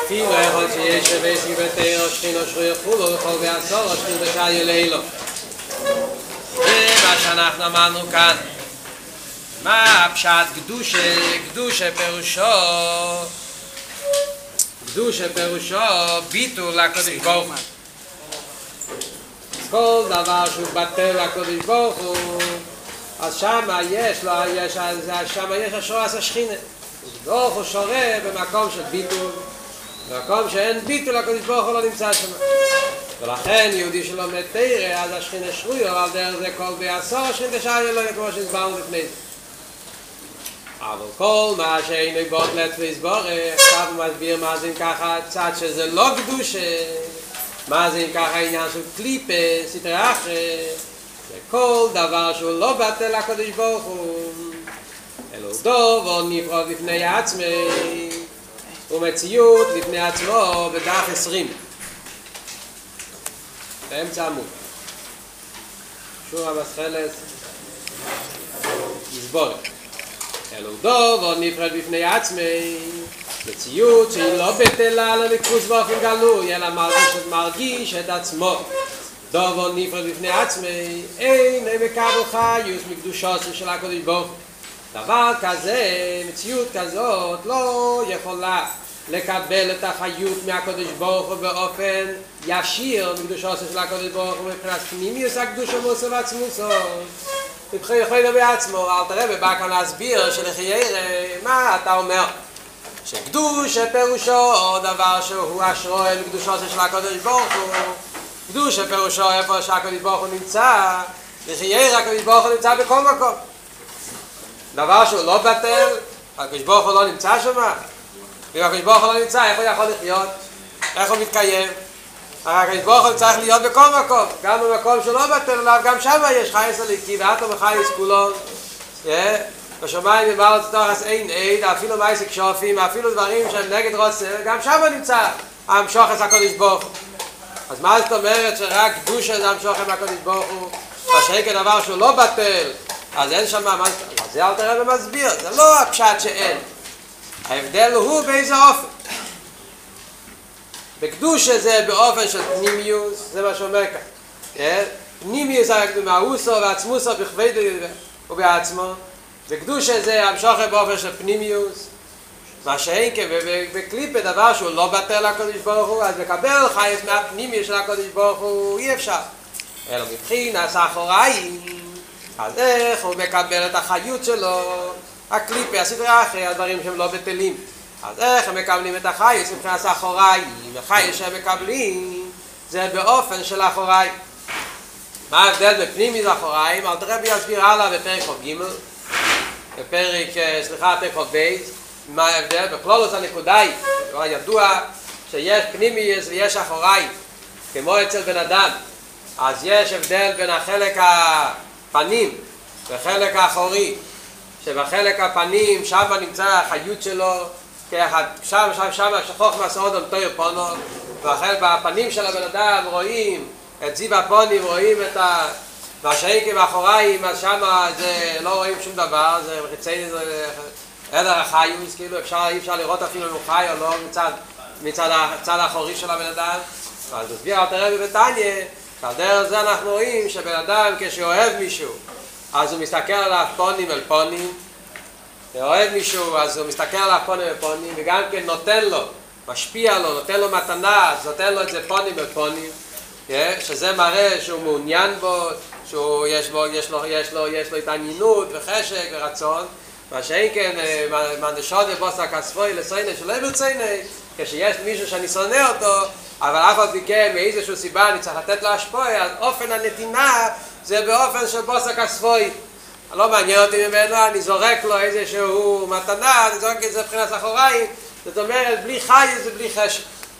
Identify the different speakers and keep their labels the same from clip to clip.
Speaker 1: אפילו יכול שיש שבייסי בתאיר השכין או שרוי חולו וכל בעשור השכין בשעי לילו. זה מה שאנחנו אמרנו כאן. מה הפשט קדושה? קדושה פירושו ביטול לקדוש ברוך הוא. כל דבר שהוא בטל לקדוש ברוך הוא, אז שמה יש השורש השכינה. ברוך הוא שורה במקום של ביטול, במקום שאין ביטול הקדוש ברוך הוא לא נמצא שם. ולכן יהודי שלומד תורה, אז השכינה שרויה, אבל דרך זה כל בעשור השכינה בשעי אלוהים, כמו שהסברנו לפני זה. אבל כל מה שאינו בוטלת ויסבורך, עכשיו הוא מסביר מה זה אם ככה צד שזה לא קדושה, מה זה אם ככה עניין של קליפה, סתרי אחרי, וכל דבר שהוא לא בטל לקדוש ברוך הוא, אלו דוב או נפרד לפני עצמי, ומציאות לפני עצמו בדף 20. באמצע עמוד. שור המסחלת, יסבורך. אלו דוב או נפרד בפני עצמי, מציאות שהיא לא בטלה לליכוז באופן גלוי, אלא מרגיש את עצמו. דוב או נפרד בפני עצמי, אין מקבל חיוס מקדושו של הקדוש ברוך הוא. דבר כזה, מציאות כזאת, לא יכולה לקבל את החיות מהקדוש ברוך הוא באופן ישיר מקדושו של הקדוש ברוך הוא מבחינת פנימיוס הקדושה מוסו ועצמוסו. יכול לדבר בעצמו, אל תראה ובא כאן להסביר שלחיירה, מה אתה אומר? שקדושה פירושו דבר שהוא אשרוי מקדושו של הקדוש ברוך הוא. קדושה פירושו איפה שהקדוש ברוך הוא נמצא, לחיירה הקדוש ברוך הוא נמצא בכל מקום. דבר שהוא לא בטל, הקדוש ברוך הוא לא נמצא שם. אם הקדוש ברוך הוא לא נמצא, איך הוא יכול לחיות? איך הוא מתקיים? הקדוש ברוך הוא צריך להיות בכל מקום, גם במקום שלא בטל עליו, גם שם יש חייס אליקי, ואתו מחייס כולו. בשמיים ימר תתוחס אין עד, אפילו מייסק שופים, אפילו דברים שהם נגד רוצה, גם שם נמצא המשוחס הקדוש ברוך הוא. אז מה זאת אומרת שרק קדושה זה המשוחס הקדוש ברוך הוא? השקע דבר שהוא לא בטל, אז אין שם מה, זה אל תראה ומסביר, זה לא הפשט שאין. ההבדל הוא באיזה אופן. בקדושה זה באופן של פנימיוס, זה מה שאומר כאן. פנימיוס מהאוסו ועצמוסו בכבדו ובעצמו. בקדושה זה המשוחר באופן של פנימיוס. מה שאין בקליפה דבר שהוא לא בטל לקדוש ברוך הוא, אז לקבל חייס מהפנימיוס של הקדוש ברוך הוא אי אפשר. אלא מבחינת אחוריים, אז איך הוא מקבל את החיות שלו, הקליפה, הסדרי האחרי, הדברים שהם לא בטלים. אז איך הם מקבלים את החייס מבחינת אחוריים? החייס שהם מקבלים זה באופן של אחוריים. מה ההבדל בפנימי אחוריים? אל תראה בי יסביר הלאה בפרק חוב ג' בפרק חוב בייס. מה ההבדל? בכלולוס הנקודה היא ידוע שיש פנימי ויש אחוריים כמו אצל בן אדם. אז יש הבדל בין החלק הפנים וחלק האחורי, שבחלק הפנים שם נמצא החיות שלו, שם שכוח מסעוד על תויר פונו, ואחרי בפנים של הבן אדם רואים את זיו הפונים, רואים את השעיקים האחוריים, אז שם לא רואים שום דבר, זה חיצי, זה עדר החיוס, כאילו אי אפשר לראות אפילו אם הוא חי או לא מצד האחורי של הבן אדם. אז נסביר אל תראה בבטניה, על דרך זה אנחנו רואים שבן אדם כשאוהב מישהו, אז הוא מסתכל עליו פונים אל פונים, אוהב מישהו, אז הוא מסתכל עליו פונים ופונים, וגם כן נותן לו, משפיע לו, נותן לו מתנה, אז נותן לו את זה פונים ופונים, שזה מראה שהוא מעוניין בו, שיש לו התעניינות וחשק ורצון, מה שאין כן, מנדשות ובוסק הספוי לסיינה שלא ברציינה, כשיש מישהו שאני שונא אותו, אבל אף עוד מכן, מאיזושהי סיבה אני צריך לתת לו השפוע, אז אופן הנתינה זה באופן של בוסק הספוי. לא מעניין אותי ממנו, אני זורק לו איזשהו מתנה, אני זורק את זה מבחינת אחוריים, זאת אומרת, בלי חי זה בלי חשק.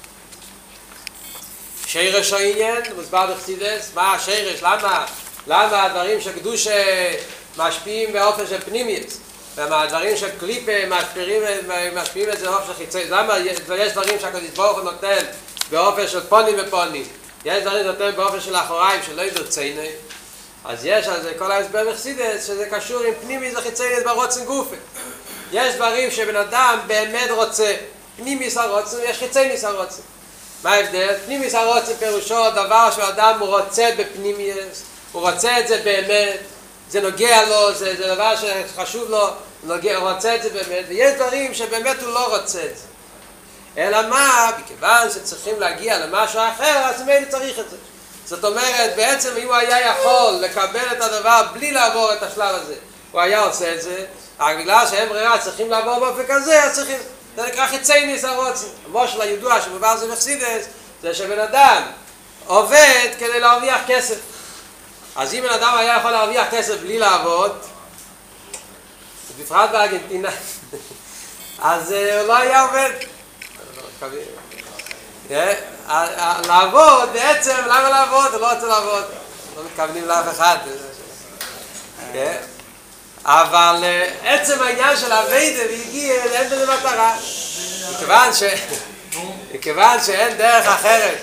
Speaker 1: שירש או עניין, מוסבר בחסידות, מה השירש, למה הדברים של קדושה משפיעים באופן של פנימיות, ומה הדברים של קליפה משפיעים את זה באופן של חיצי, למה יש דברים שהקדוש ברוך הוא נותן באופן של פונים ופונים, יש דברים נותן באופן של אחוריים שלא יברציינו, אז יש על זה כל ההסבר בחסידות שזה קשור עם פנימי זה חיציינות ברוצן גופה. יש דברים שבן אדם באמת רוצה, פנימיס הרוצן ויש חיצייניס הרוצן. מה ההבדל? פנימיס הרוצן פירושו דבר שאדם רוצה בפנימיוס, הוא רוצה את זה באמת, זה נוגע לו, זה דבר שחשוב לו, הוא רוצה את זה באמת, ויש דברים שבאמת הוא לא רוצה את זה. אלא מה? מכיוון שצריכים להגיע למשהו אחר, אז מילא צריך את זה. זאת אומרת, בעצם אם הוא היה יכול לקבל את הדבר בלי לעבור את השלב הזה, הוא היה עושה את זה, רק בגלל שהם ברירה צריכים לעבור באופן כזה, אז צריכים, זה נקרא חיצייניס הרוצן. המושל הידוע שמובא זה בחסידות, זה שבן אדם עובד כדי להרוויח כסף. אז אם בן אדם היה יכול להרוויח כסף בלי לעבוד, בפרט בארגנטינה, אז הוא לא היה עובד. לעבוד, בעצם, למה לעבוד? הוא לא רוצה לעבוד. לא מתכוונים לאף אחד. אבל עצם העניין של הווידה והגיע, אין בזה מטרה. מכיוון שאין דרך אחרת.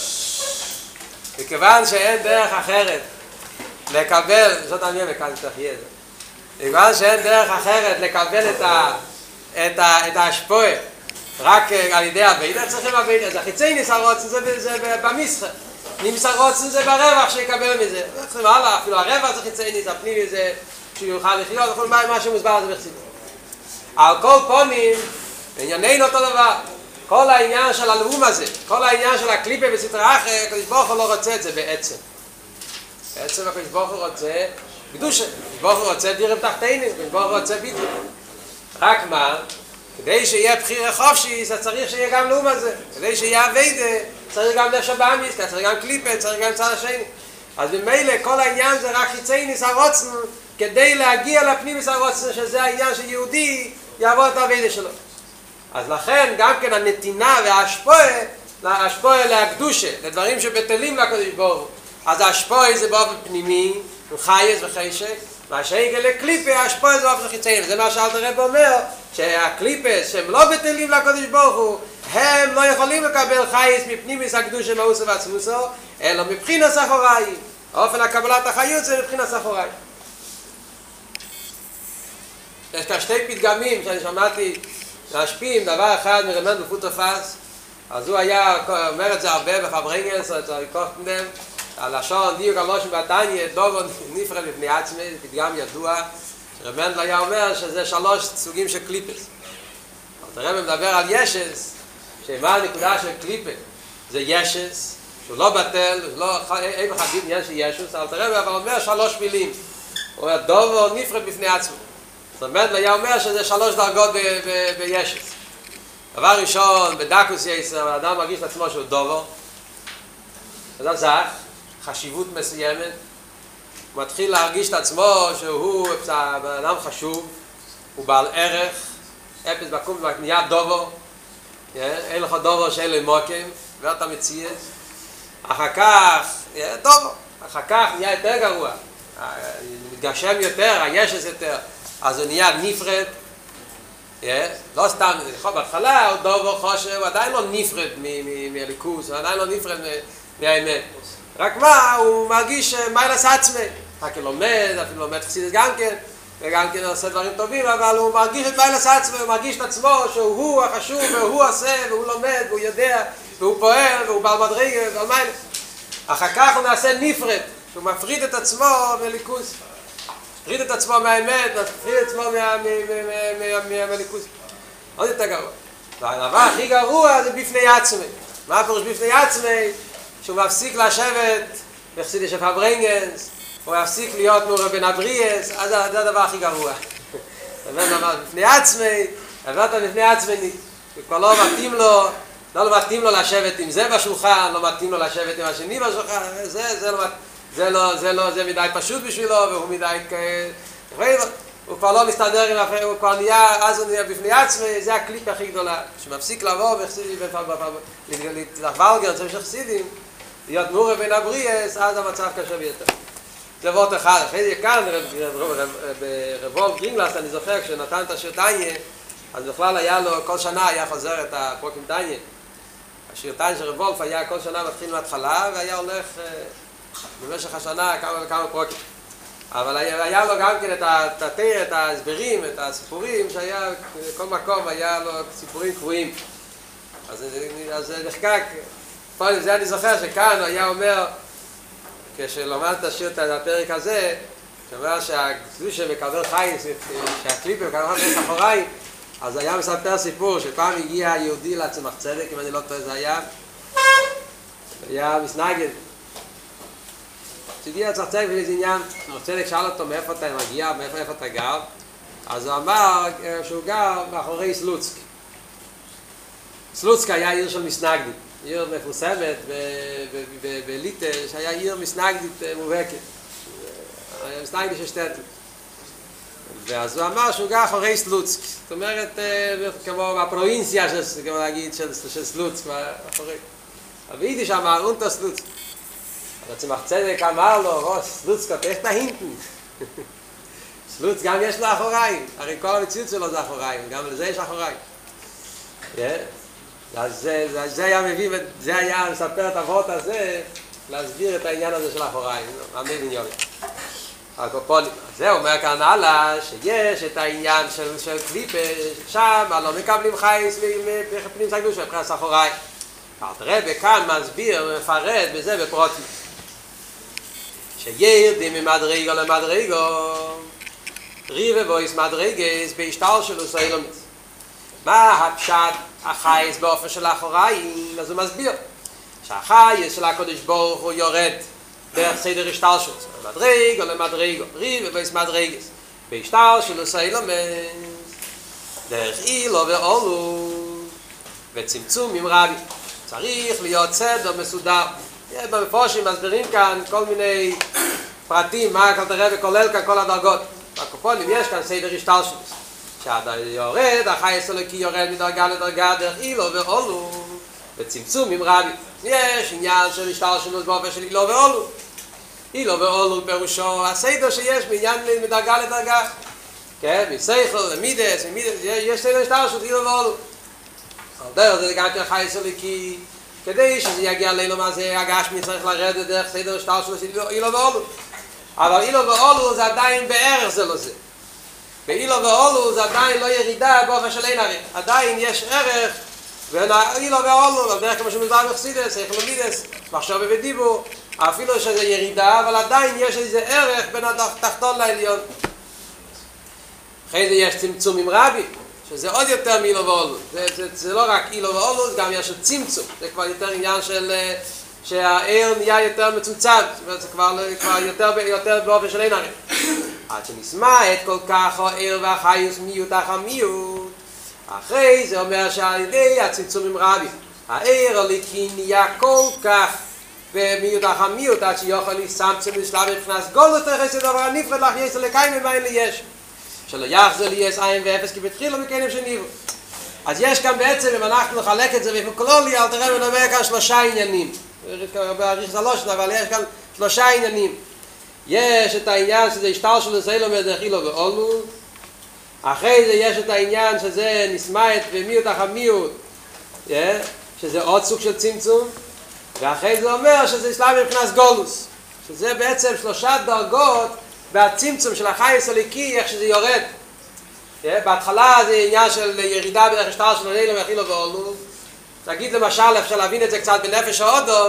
Speaker 1: מכיוון שאין דרך אחרת לקבל, זאת אני מכאן תחיה את זה. מכיוון שאין דרך אחרת לקבל את ההשפועה רק על ידי הווידה, צריכים הווידה. אז החיצייניס הרוצן זה במסחר. נימיס הרוצן זה ברווח שיקבל מזה. אפילו הרווח זה חיצייניס, הפנימי זה שיוכל לחיות, וכל מה שמוסבר על זה בחסידות. על כל פונים, ענייננו אותו דבר. כל העניין של הלאום הזה, כל העניין של הקליפה בסתרה אחרת, הקדוש ברוך הוא לא רוצה את זה בעצם. בעצם הקדוש ברוך הוא רוצה קדושה, הקדוש ברוך הוא רוצה דירים תחתינים, הקדוש ברוך הוא רוצה ביטול. רק מה? כדי שיהיה בחירה חופשי, אז צריך שיהיה גם לאום הזה. כדי שיהיה הווידה, צריך גם נפש הבאמיס, צריך גם קליפה, צריך גם צד השני. אז במילא כל העניין זה רק חיצייניס הרוצן, כדי להגיע לפנימיס הרוצן, שזה העניין שיהודי יעבור את הווידה שלו. אז לכן גם כן הנתינה וההשפועה להקדושה, לדברים שבטלים לקדוש ברוך הוא. אז ההשפועה זה באופן פנימי, חייס וחשק, מה שהגיע לקליפה, ההשפועה זה באופן חיצייני. זה מה שאלתר רב אומר, שהקליפס שהם לא בטלים לקדוש ברוך הוא, הם לא יכולים לקבל חייס מפנימיס הקדושה מאוסו ועצמוסו, אלא מבחינת אחוריים. אופן הקבלת החיות זה מבחינת אחוריים. יש כאן שתי פתגמים שאני שמעתי להשפיעים, דבר אחד מרמנד בפוטופס, אז הוא היה אומר את זה הרבה בפברנגלס, או אצל קופטנדם, הלשון דיוק הלושן בתניא, דובו נפרד בפני עצמי, זה פתגם ידוע, רמנדל היה אומר שזה 3 סוגים של קליפס. הרב מדבר על ישס, שמה הנקודה של קליפה? זה ישס, שהוא לא בטל, אין לך עניין של ישוס, אבל הרב אומר 3 מילים. הוא אומר, דובו נפרד בפני עצמו. רמנדל היה אומר שזה 3 דרגות בישס. דבר ראשון, בדקוס יסר, האדם מרגיש לעצמו שהוא דובו. זה זך, חשיבות מסוימת. הוא מתחיל להרגיש את עצמו שהוא אדם חשוב, הוא בעל ערך, אפס בקום נהיה דובו, אין לך דובו שאין לו מוקם, ואתה מציע. אחר כך, דובו, אחר כך נהיה יותר גרוע, מתגשם יותר, הישס יותר, אז הוא נהיה נפרד, לא סתם, בהתחלה הוא דובו חושב, הוא עדיין לא נפרד מהליכוס, הוא עדיין לא נפרד מהאמת. רק מה, הוא מרגיש מיילס עצמי, רק לומד, אפילו לומד חסידות גם כן, וגם כן עושה דברים טובים, אבל הוא מרגיש את מיילס עצמי, הוא מרגיש את עצמו שהוא החשוב, והוא עושה, והוא לומד, והוא יודע, והוא פועל, והוא בעל מדרגה, ועל מיילס. אחר כך הוא נעשה נפרד, שהוא מפריד את עצמו מליכוס, מפריד את עצמו מהאמת, מפריד את עצמו מהליכוס. עוד יותר גרוע. והדבר הכי גרוע זה בפני עצמי. מה הפירוש בפני עצמי? שהוא מפסיק לשבת בחסידות של פברנגלס, הוא מפסיק להיות מעורב בין הבריאס, אז זה הדבר הכי גרוע. בפני עצמי, עברת בפני עצמי, כבר לא מתאים לו לשבת עם זה בשולחן, לא מתאים לו לשבת עם השני בשולחן, זה מדי פשוט בשבילו, והוא מדי הוא כבר לא מסתדר עם אחר, הוא כבר נהיה, אז הוא נהיה בפני עצמי, זה הקליפה הכי גדולה, שמפסיק לבוא בחסידים, לחוולגר, של חסידים, להיות מעורב בין הבריאס, אז המצב קשה ביותר. זה וורט אחד, אחרי זה כאן, ברבולף גרינגלס, אני זוכר, כשנתן את השיר טניה, אז בכלל היה לו, כל שנה היה חוזר את הפרוקים טניה. השיר טניה של רבולף היה כל שנה מתחיל מההתחלה, והיה הולך במשך השנה כמה פרוקים. אבל היה לו גם כן את ההסברים, את הסיפורים, שהיה, כל מקום היה לו סיפורים קבועים. אז זה נחקק. פה זה אני זוכר שכאן הוא היה אומר, כשלומד את השיר את הפרק הזה, שאומר שהקדושה מקבל חייס, שהקליפה מקבל חייס אחוריים, אז היה מספר סיפור שפעם הגיע יהודי לצמח צדק, אם אני לא טועה זה היה מסנגד. כשהגיע לצמח צדק ולאיזה עניין, צמח צדק שאל אותו מאיפה אתה מגיע, מאיפה אתה גר, אז הוא אמר שהוא גר מאחורי סלוצק. סלוצק היה עיר של מסנגדים, עיר מפורסמת בליטא, שהיה עיר מסנגדית מובהקת. מסנגדי של שטטל. ואז הוא אמר שהוא גר אחורי סלוצק. זאת אומרת, כמו בפרובינציה, כמו להגיד, של סלוצק, אחורי. ביידיש אמר, אונטר סלוצק. אבל צמח צדק אמר לו, סלוצק, איך נהינטן? סלוצק גם יש לו אחוריים. הרי כל המציאות שלו זה אחוריים, גם לזה יש אחוריים. אז זה היה מביא, זה היה מספר את אבות הזה, להסביר את העניין הזה של אחוריים. המבין יולי. הקופונים. זה אומר כאן הלאה שיש את העניין של קליפה, שם לא מקבלים חייס בפנים סגדוש מבחינת אחוריים. תראה בכאן מסביר, מפרט בזה בפרוטים. שירדים ממדרגו למדרגו, ריבה בויס מדרגס בהשתל שלו סוילומס. מה הפשט החייס באופן של אחוריים? אז הוא מסביר שהחייס של הקדוש ברוך הוא יורד דרך סדר השתלשלות, מדרגו למדרגו, ריבה בויס מדרגס בהשתל שלו סוילומס, דרך אילו ואולו וצמצום עם רבי. צריך להיות סדר מסודר. במפורשים מסבירים כאן כל מיני פרטים, מה כאן תראה וכולל כאן כל הדרגות. בקופונים יש כאן סדר השתלשלות. יורד, החייס אלוקי יורד מדרגה לדרגה דרך אילו ואולו וצמצום עם רבי. יש עניין של השתלשלות באופן של אילו ואולו. אילו ואולו פירושו הסדר שיש בעניין מדרגה לדרגה. כן, מסייכל למידס, יש סדר השתלשלות אילו ואולו. דרך זה גם כן חייס אלוקי, כדי שזה יגיע אלינו מה זה הגשמי צריך לרדת דרך סדר השתלשלות של אילו ואולו. אבל אילו ואולו זה עדיין בערך זה לא זה. באילו ואולו זה עדיין לא ירידה באופן של אין ערך. עדיין יש ערך בין אילו ואולו, בדרך כמו שמדבר בחסידס, סייכלומידס, מחשוב ודיבור, אפילו שזה ירידה, אבל עדיין יש איזה ערך בין התחתון לעליון. אחרי זה יש צמצום עם רבי, שזה עוד יותר מאילו ואולו. זה לא רק אילו ואולו, זה גם יש צמצום. זה כבר יותר עניין של שהעיר נהיה יותר מצומצם, זה כבר יותר באופן של אין ערך. עד שנשמע את כל כך העיר והחיוס מיעוט החמיעוט. אחרי זה אומר שעל ידי הצמצום עם רבי, העיר הליקי נהיה כל כך במיעוט החמיעוט, עד שיוכל להסמצם לשלב מבחינת גולת חסד דבר הנפרד לך יש לקיים ואין לי יש. שלא יחזור לי יש עין ואפס כי בתחילו מקיינים שניבו. אז יש כאן בעצם, אם אנחנו נחלק את זה בפקולולי, אל תראה ונאמר כאן שלושה עניינים. בעריך שלוש, אבל יש כאן שלושה עניינים. יש את העניין שזה השתל שלו סלום דרך אילו ואולו. אחרי זה יש את העניין שזה נשמעת במיעוט החמיעוט, שזה עוד סוג של צמצום. ואחרי זה אומר שזה אסלאם מבחינת גולוס, שזה בעצם שלושה דרגות והצמצום של החייס הליקי, איך שזה יורד. בהתחלה זה עניין של ירידה בדרך השתל שלו סלום דרך אילו ואולו. נגיד למשל, אפשר להבין את זה קצת בנפש האודום,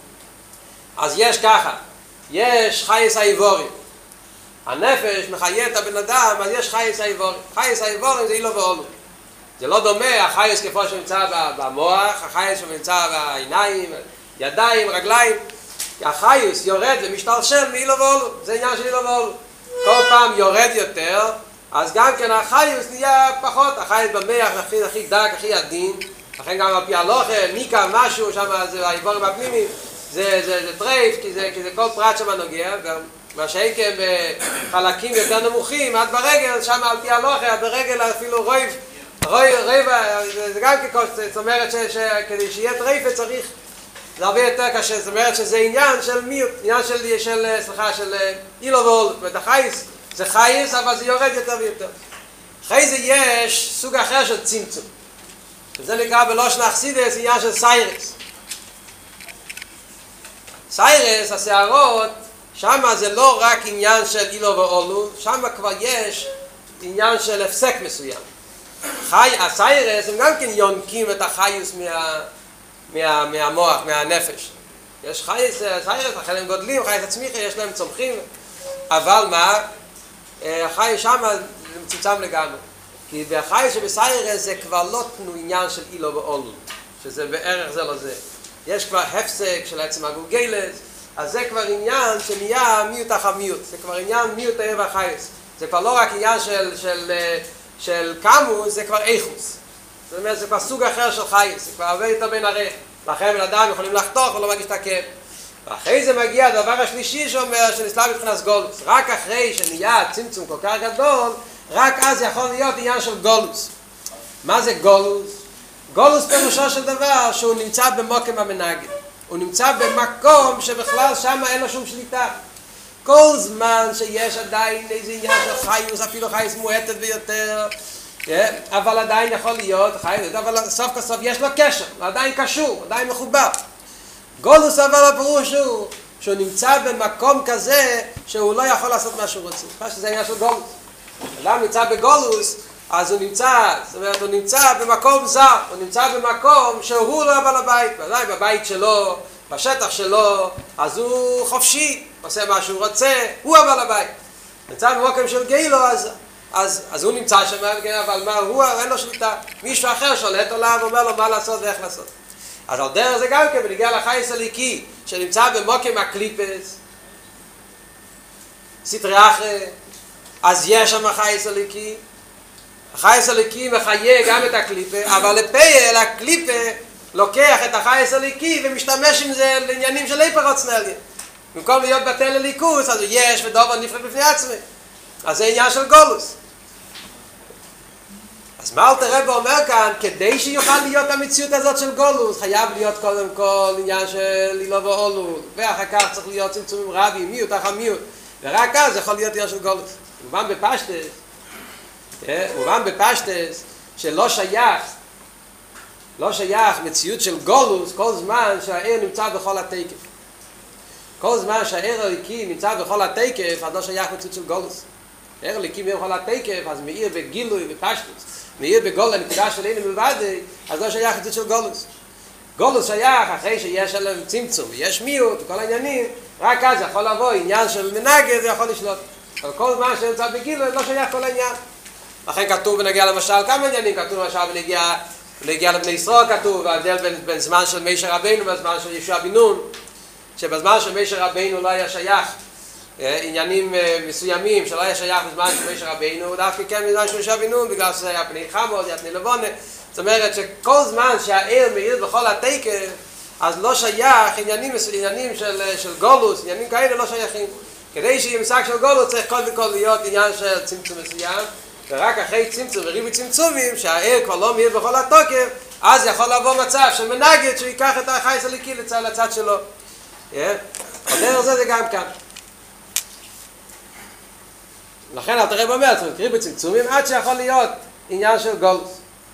Speaker 1: אז יש ככה. יש חייס האיבורים. הנפש מחיה את הבן אדם, אז יש חייס האיבורים. חייס האיבורים זה אילו ואולו. זה לא דומה החייס כפי שנמצא במוח, החייס שנמצא בעיניים, ידיים, רגליים. החייס יורד ומשתלשל מאילו ואולו. זה עניין של אילו ואולו. כל פעם יורד יותר, אז גם כן החייס נהיה פחות. החייס במח הכי דק, הכי עדין. לכן גם על פי הלוכה, מיקה משהו שם, זה האיבורים הפנימיים. זה טרייף, כי זה כל פרט שם נוגע, גם מה שהייתם בחלקים יותר נמוכים, עד ברגל, שם על פי הלוכה, עד ברגל אפילו רויב, זה גם זאת אומרת שכדי שיהיה טרייף צריך, זה הרבה יותר קשה, זאת אומרת שזה עניין של מיעוט, עניין של אילו ואולו, זאת אומרת החייס, זה חייס, אבל זה יורד יותר ויותר. אחרי זה יש סוג אחר של צמצום, שזה נקרא בלושן החסידס, עניין של סיירס. סיירס, השערות, שם זה לא רק עניין של אילו ואולו, שם כבר יש עניין של הפסק מסוים. חי, הסיירס הם גם כן יונקים את החיוס מהמוח, מהנפש. יש חייס, סיירס, לכן הם גודלים, חייס הצמיחה, יש להם צומחים, אבל מה? החייס שם מצומצם לגמרי. כי בחייס שבסיירס זה כבר לא עניין של אילו ואולו, שזה בערך זה לא זה. יש כבר הפסק של עצם הגוגלת, אז זה כבר עניין שנהיה מיעוט החמיעוט, זה כבר עניין מיעוט העיר והחייס. זה כבר לא רק עניין של כמוס, זה כבר איכוס. זאת אומרת, זה כבר סוג אחר של חייס, זה כבר הרבה יותר בין ערך. לכן בן אדם יכולים לחתוך ולא מרגיש את הכאב. ואחרי זה מגיע הדבר השלישי שאומר שנסלב מבחינת גולוס. רק אחרי שנהיה צמצום כל כך גדול, רק אז יכול להיות עניין של גולוס. מה זה גולוס? גולוס פירושו של דבר שהוא נמצא במוקם המנגד. הוא נמצא במקום שבכלל שם אין לו שום שליטה. כל זמן שיש עדיין איזה עניין של חיוס, אפילו חיוס מועטת ביותר, אבל עדיין יכול להיות חיוס, אבל סוף כסוף יש לו קשר, הוא עדיין קשור, עדיין מחובר. גולוס אבל הפירוש הוא שהוא נמצא במקום כזה שהוא לא יכול לעשות מה שהוא רוצה. שזה העניין של גולוס. אדם נמצא בגולוס, אז הוא נמצא, זאת אומרת, הוא נמצא במקום זר, הוא נמצא במקום שהוא לא בעל הבית, ודאי בבית שלו, בשטח שלו, אז הוא חופשי, עושה מה שהוא רוצה, הוא הבעל הבית. נמצא במקום של גילו, אז הוא נמצא שם, אבל מה, הוא אין לו שליטה. מישהו אחר שולט עליו ואומר לו מה לעשות ואיך לעשות. אז על דרך זה גם כן, בנגיע לחייס הליקי, שנמצא במוקם הקליפס, סטרי אחרי, אז יש שם החייס הליקי, החייס הליקי מחיה גם את הקליפה, אבל לפייל הקליפה לוקח את החייס הליקי ומשתמש עם זה לעניינים של איפרוץ נליה. במקום להיות בטל לליכוס, אז יש ודובר נפרד בפני עצמי. אז זה עניין של גולוס. אז מה אלתר רבי אומר כאן, כדי שיוכל להיות המציאות הזאת של גולוס, חייב להיות קודם כל עניין של אילו ואולו, ואחר כך צריך להיות צמצומים רבים, מיעוט אחר מיעוט, ורק אז יכול להיות עניין של גולוס. מובן בפשטס שלא שייך מציאות של גולוס כל זמן שהעיר נמצא בכל התקף. כל זמן שהעיר הליקי נמצא בכל התקף, אז לא שייך מציאות של גולוס. העיר הליקי בכל התקף, אז מאיר בגילוי ופשטס, מאיר בגול הנקודה של אין מלבד, אז לא שייך מציאות של גולוס. גולוס שייך אחרי שיש עליהם צמצום, יש מיעוט וכל העניינים, רק אז יכול לבוא עניין של מנגד ויכול לשלוט. אבל כל זמן שנמצא בגילוי, לא שייך כל העניין. לכן כתוב בנגיע למשל כמה עניינים, כתוב למשל בנגיע לבני ישראל, כתוב ההבדל בין זמן של משה רבינו והזמן של יהושע בן נון, שבזמן של משה רבינו לא היה שייך עניינים מסוימים שלא היה שייך בזמן של משה רבינו, דווקא כן בזמן של יהושע בן נון, בגלל שזה היה פני חמוד, היה פני לבונה. זאת אומרת שכל זמן שהעיר מאיר בכל התקף, אז לא שייך עניינים של גולוס, עניינים כאלה לא שייכים. כדי שיהיה מושג של גולוס צריך קודם כל להיות עניין של צמצום מסוים, ורק אחרי צמצום וריבוי צמצומים, שהעיר כבר לא מאיר בכל התוקף, אז יכול לבוא מצב של מנגד שיקח את החייס הליקי לצד שלו. הדרך זה גם כאן. לכן אלתר רבי אומר, צריך ריבוי צמצומים עד שיכול להיות עניין של גולוס.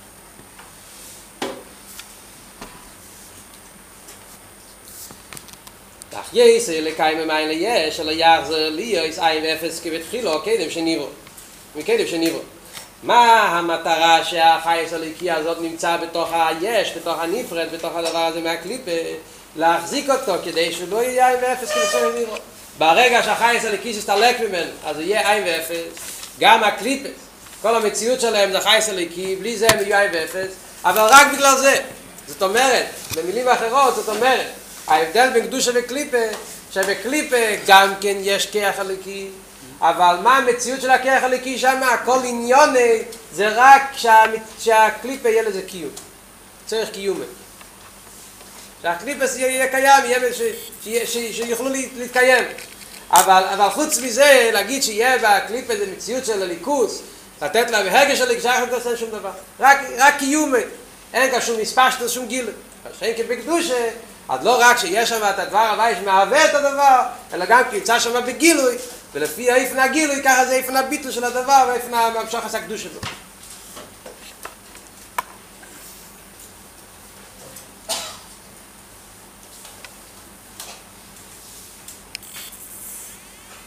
Speaker 1: יש לקיים מים ליש, אלא יחזר להיות עין ואפס כבתחילו, קדם שניבו. מקדם שניבו. מה המטרה שהחייס הליקי הזאת נמצא בתוך היש, בתוך הנפרד, בתוך הדבר הזה מהקליפה, להחזיק אותו כדי שהוא לא יהיה עין ואפס כבתחילו שניבו. ברגע שהחייס הליקי יסתלק ממנו, אז הוא יהיה עין ואפס, גם הקליפה, כל המציאות שלהם זה חייס הליקי, בלי זה הם יהיו עין ואפס, אבל רק בגלל זה. זאת אומרת, במילים אחרות, זאת אומרת, ההבדל בין קדושה וקליפה, שבקליפה גם כן יש כיח הליקי, אבל מה המציאות של הכיח הליקי שם? כל עניוני זה רק שהקליפה יהיה לזה קיום. צריך קיום. שהקליפה יהיה קיים, שיוכלו להתקיים. אבל חוץ מזה, להגיד שיהיה בקליפה זה מציאות של הליכוס, לתת לה בהרגש הליקי, שאנחנו לא עושים שום דבר. רק קיום. אין כאן שום מספשת, שום גיל. שאין כבקדושה, אז לא רק שיש שם את הדבר הוואי שמהווה את הדבר, אלא גם כי יצא שם בגילוי, ולפי איפן הגילוי, ככה זה איפן הביטל של הדבר, ואיפן המשוך עשה קדוש שלו.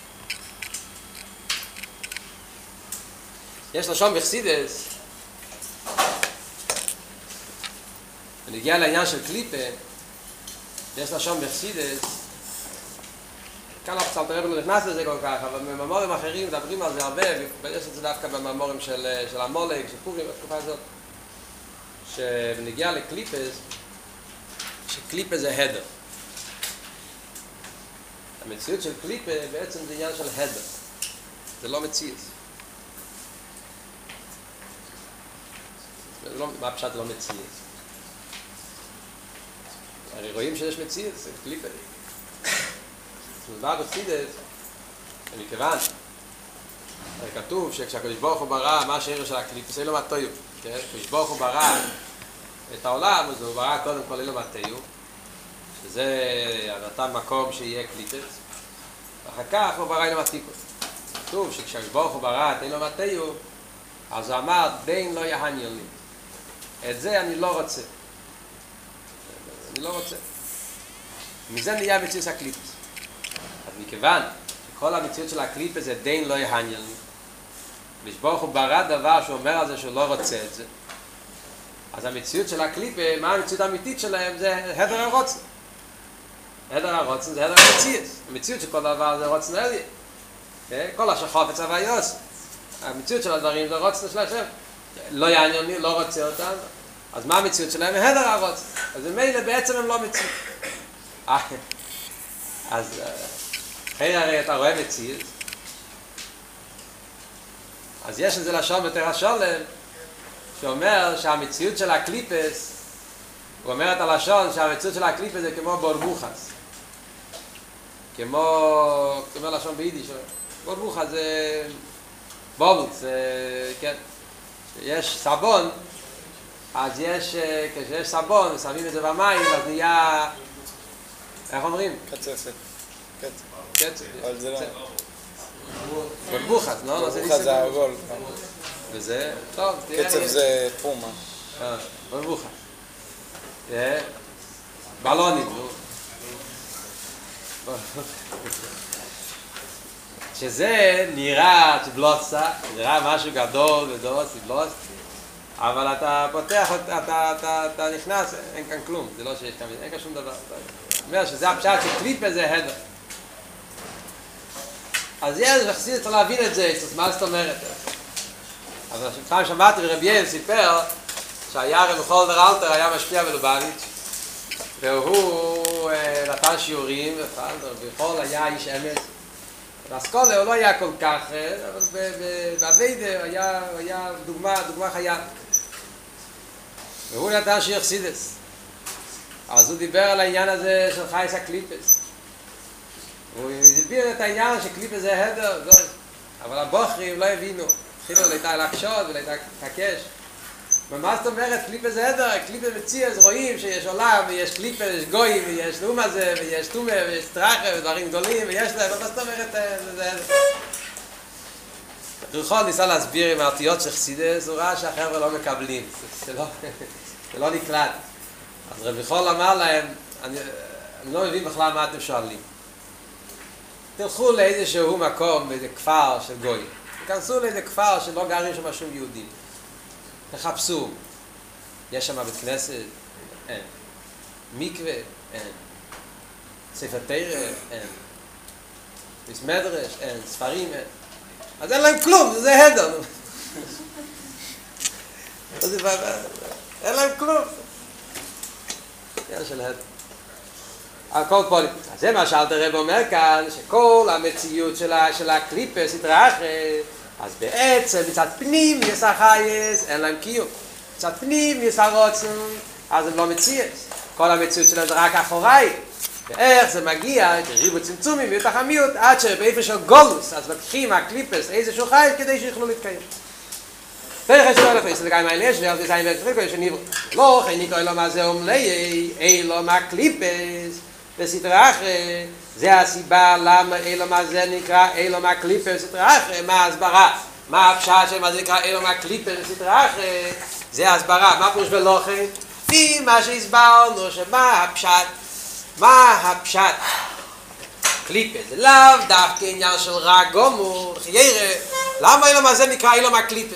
Speaker 1: יש לשון בחסידס, ונגיע לעניין של קליפה, יש לשון בחסידות, כאן אף צלת הרב לא נכנס לזה כל כך, אבל במאמרים אחרים מדברים על זה הרבה, ויש את זה דווקא במאמרים של המולג, של פורים, בתקופה הזאת, שנגיע לקליפס, שקליפה זה הדר. המציאות של קליפה בעצם זה עניין של הדר, זה לא מציאות. מה פשט לא מציאות? הרי רואים שיש מציאות, זה קליפה. מדבר בחסידות, מכיוון, כתוב שכשהקדוש ברוך הוא ברא, מה השאר של הקליפה, זה לא מטויו. הקדוש ברוך הוא ברא את העולם, אז הוא ברא קודם כל אלו מטויו, שזה נתן מקום שיהיה קליפס, ואחר כך הוא ברא אלו מתיקות. כתוב שכשהקדוש ברוך הוא ברא את אלו מטויו, אז הוא אמר, דין לא יהניון לי. את זה אני לא רוצה. אני לא רוצה. מזה נהיה מציאות הקליפס. אז מכיוון שכל המציאות של הקליפה זה דין לא יהניון לי, ושברוך הוא ברא דבר שהוא אומר על זה שהוא לא רוצה את זה, אז המציאות של הקליפה, מה המציאות האמיתית שלהם? זה הדר הרוצן. הדר הרוצן זה הדר המציאות. המציאות של כל דבר זה רוצן אליה. כל אשר חופץ הוויוס. המציאות של הדברים זה רוצן של השם. לא יעניין לי, לא רוצה אותם. אז מה המציאות שלהם? הדר הרוצן. אז מילא בעצם הם לא מציאות. אז הרי אתה רואה מציאות. אז יש לזה לשון בתורה שולם, שאומר שהמציאות של הקליפס, הוא אומר את הלשון שהמציאות של הקליפס זה כמו בורבוחס. כמו לשון ביידיש. בורבוחס זה בובלס, כן. יש סבון, אז כשיש סבון, שמים את זה במים, אז נהיה, איך אומרים?
Speaker 2: קצפת.
Speaker 1: קצף.
Speaker 2: אבל זה לא.
Speaker 1: בורבוחס, לא?
Speaker 2: בורבוחס זה העגול.
Speaker 1: וזה, טוב.
Speaker 2: קצף זה פומה.
Speaker 1: בורבוחס. בלונים, נו. שזה נראה צ'בלוסה, נראה משהו גדול ודוס, צ'בלוס, אבל אתה פותח, אתה נכנס, אין כאן כלום, זה לא שיש כאן, אין כאן שום דבר. אומר שזה הפשט שקליפה זה הדר. אז יש וחסיד צריך להבין את זה, מה זאת אומרת? אבל פעם שמעתי ורבי יאיר סיפר שהיה רב חולדר אלתר היה משפיע בלובביץ' והוא נתן שיעורים, ובכל היה איש אמץ. באסכולה הוא לא היה כל כך, אבל בעבודה היה דוגמה חיה. והוא נתן שיעור חסידס. אז הוא דיבר על העניין הזה של חייס הקליפס. הוא הסביר את העניין שקליפס זה הדר, אבל הבוחרים לא הבינו. התחילו להקשות ולהתעקש. ומה זאת אומרת, קליפה זה הדר, קליפה מציע, אז רואים שיש עולם, ויש קליפה, יש גויים, ויש לאום הזה, ויש תומה, ויש טרחה, ודברים גדולים, ויש להם, ומה זאת אומרת, זה הדר. רוחו ניסה להסביר עם האותיות של חסידס, הוא ראה שהחבר'ה לא מקבלים, זה לא נקלט. אז רבי חול אמר להם, אני לא מבין בכלל מה אתם שואלים. תלכו לאיזשהו מקום, באיזה כפר של גויים. תכנסו לאיזה כפר שלא גרים שם שום יהודים. תחפשו. יש שם בית כנסת? אין. מקווה? אין. ספר תורה? אין. ביס מדרש? אין. ספרים? אין. אז אין להם כלום, זה הדר. אין להם כלום. יש של הדר. הכל פוליט. אז זה מה שאלת הרב אומר כאן, שכל המציאות של הקליפס התרחש, אז בעצם מצד פנים יש החייס, אין להם קיום. מצד פנים יש הרוצן, אז הם לא מציאות. כל המציאות שלהם זה רק אחורי. ואיך זה מגיע, ריבו צמצומים ויותח המיעוט, עד שבאיפה של גולוס, אז לוקחים מהקליפס איזשהו חייס כדי שיוכלו להתקיים. פרח שלא הולך לסלגי מהילש, ואל תזיין ואלתריקו, יש עניבו. לא, חיניקו אלו מה זה אומלי, אלו מה קליפס, בסתרה אחרי, זה הסיבה למה אלו מה זה נקרא, אלו מה קליפס, בסתרה אחרי, מה ההסברה? מה הפשט של מה זה נקרא, אלו מה קליפס, בסתרה אחרי, זה ההסברה, מה פרוש ולוכן? לפי מה שהסברנו, מה הפשט? קליפס, זה לאו דווקא עניין של רע גומור, חיירה, למה אלו מה זה נקרא, אלו מה קליפס?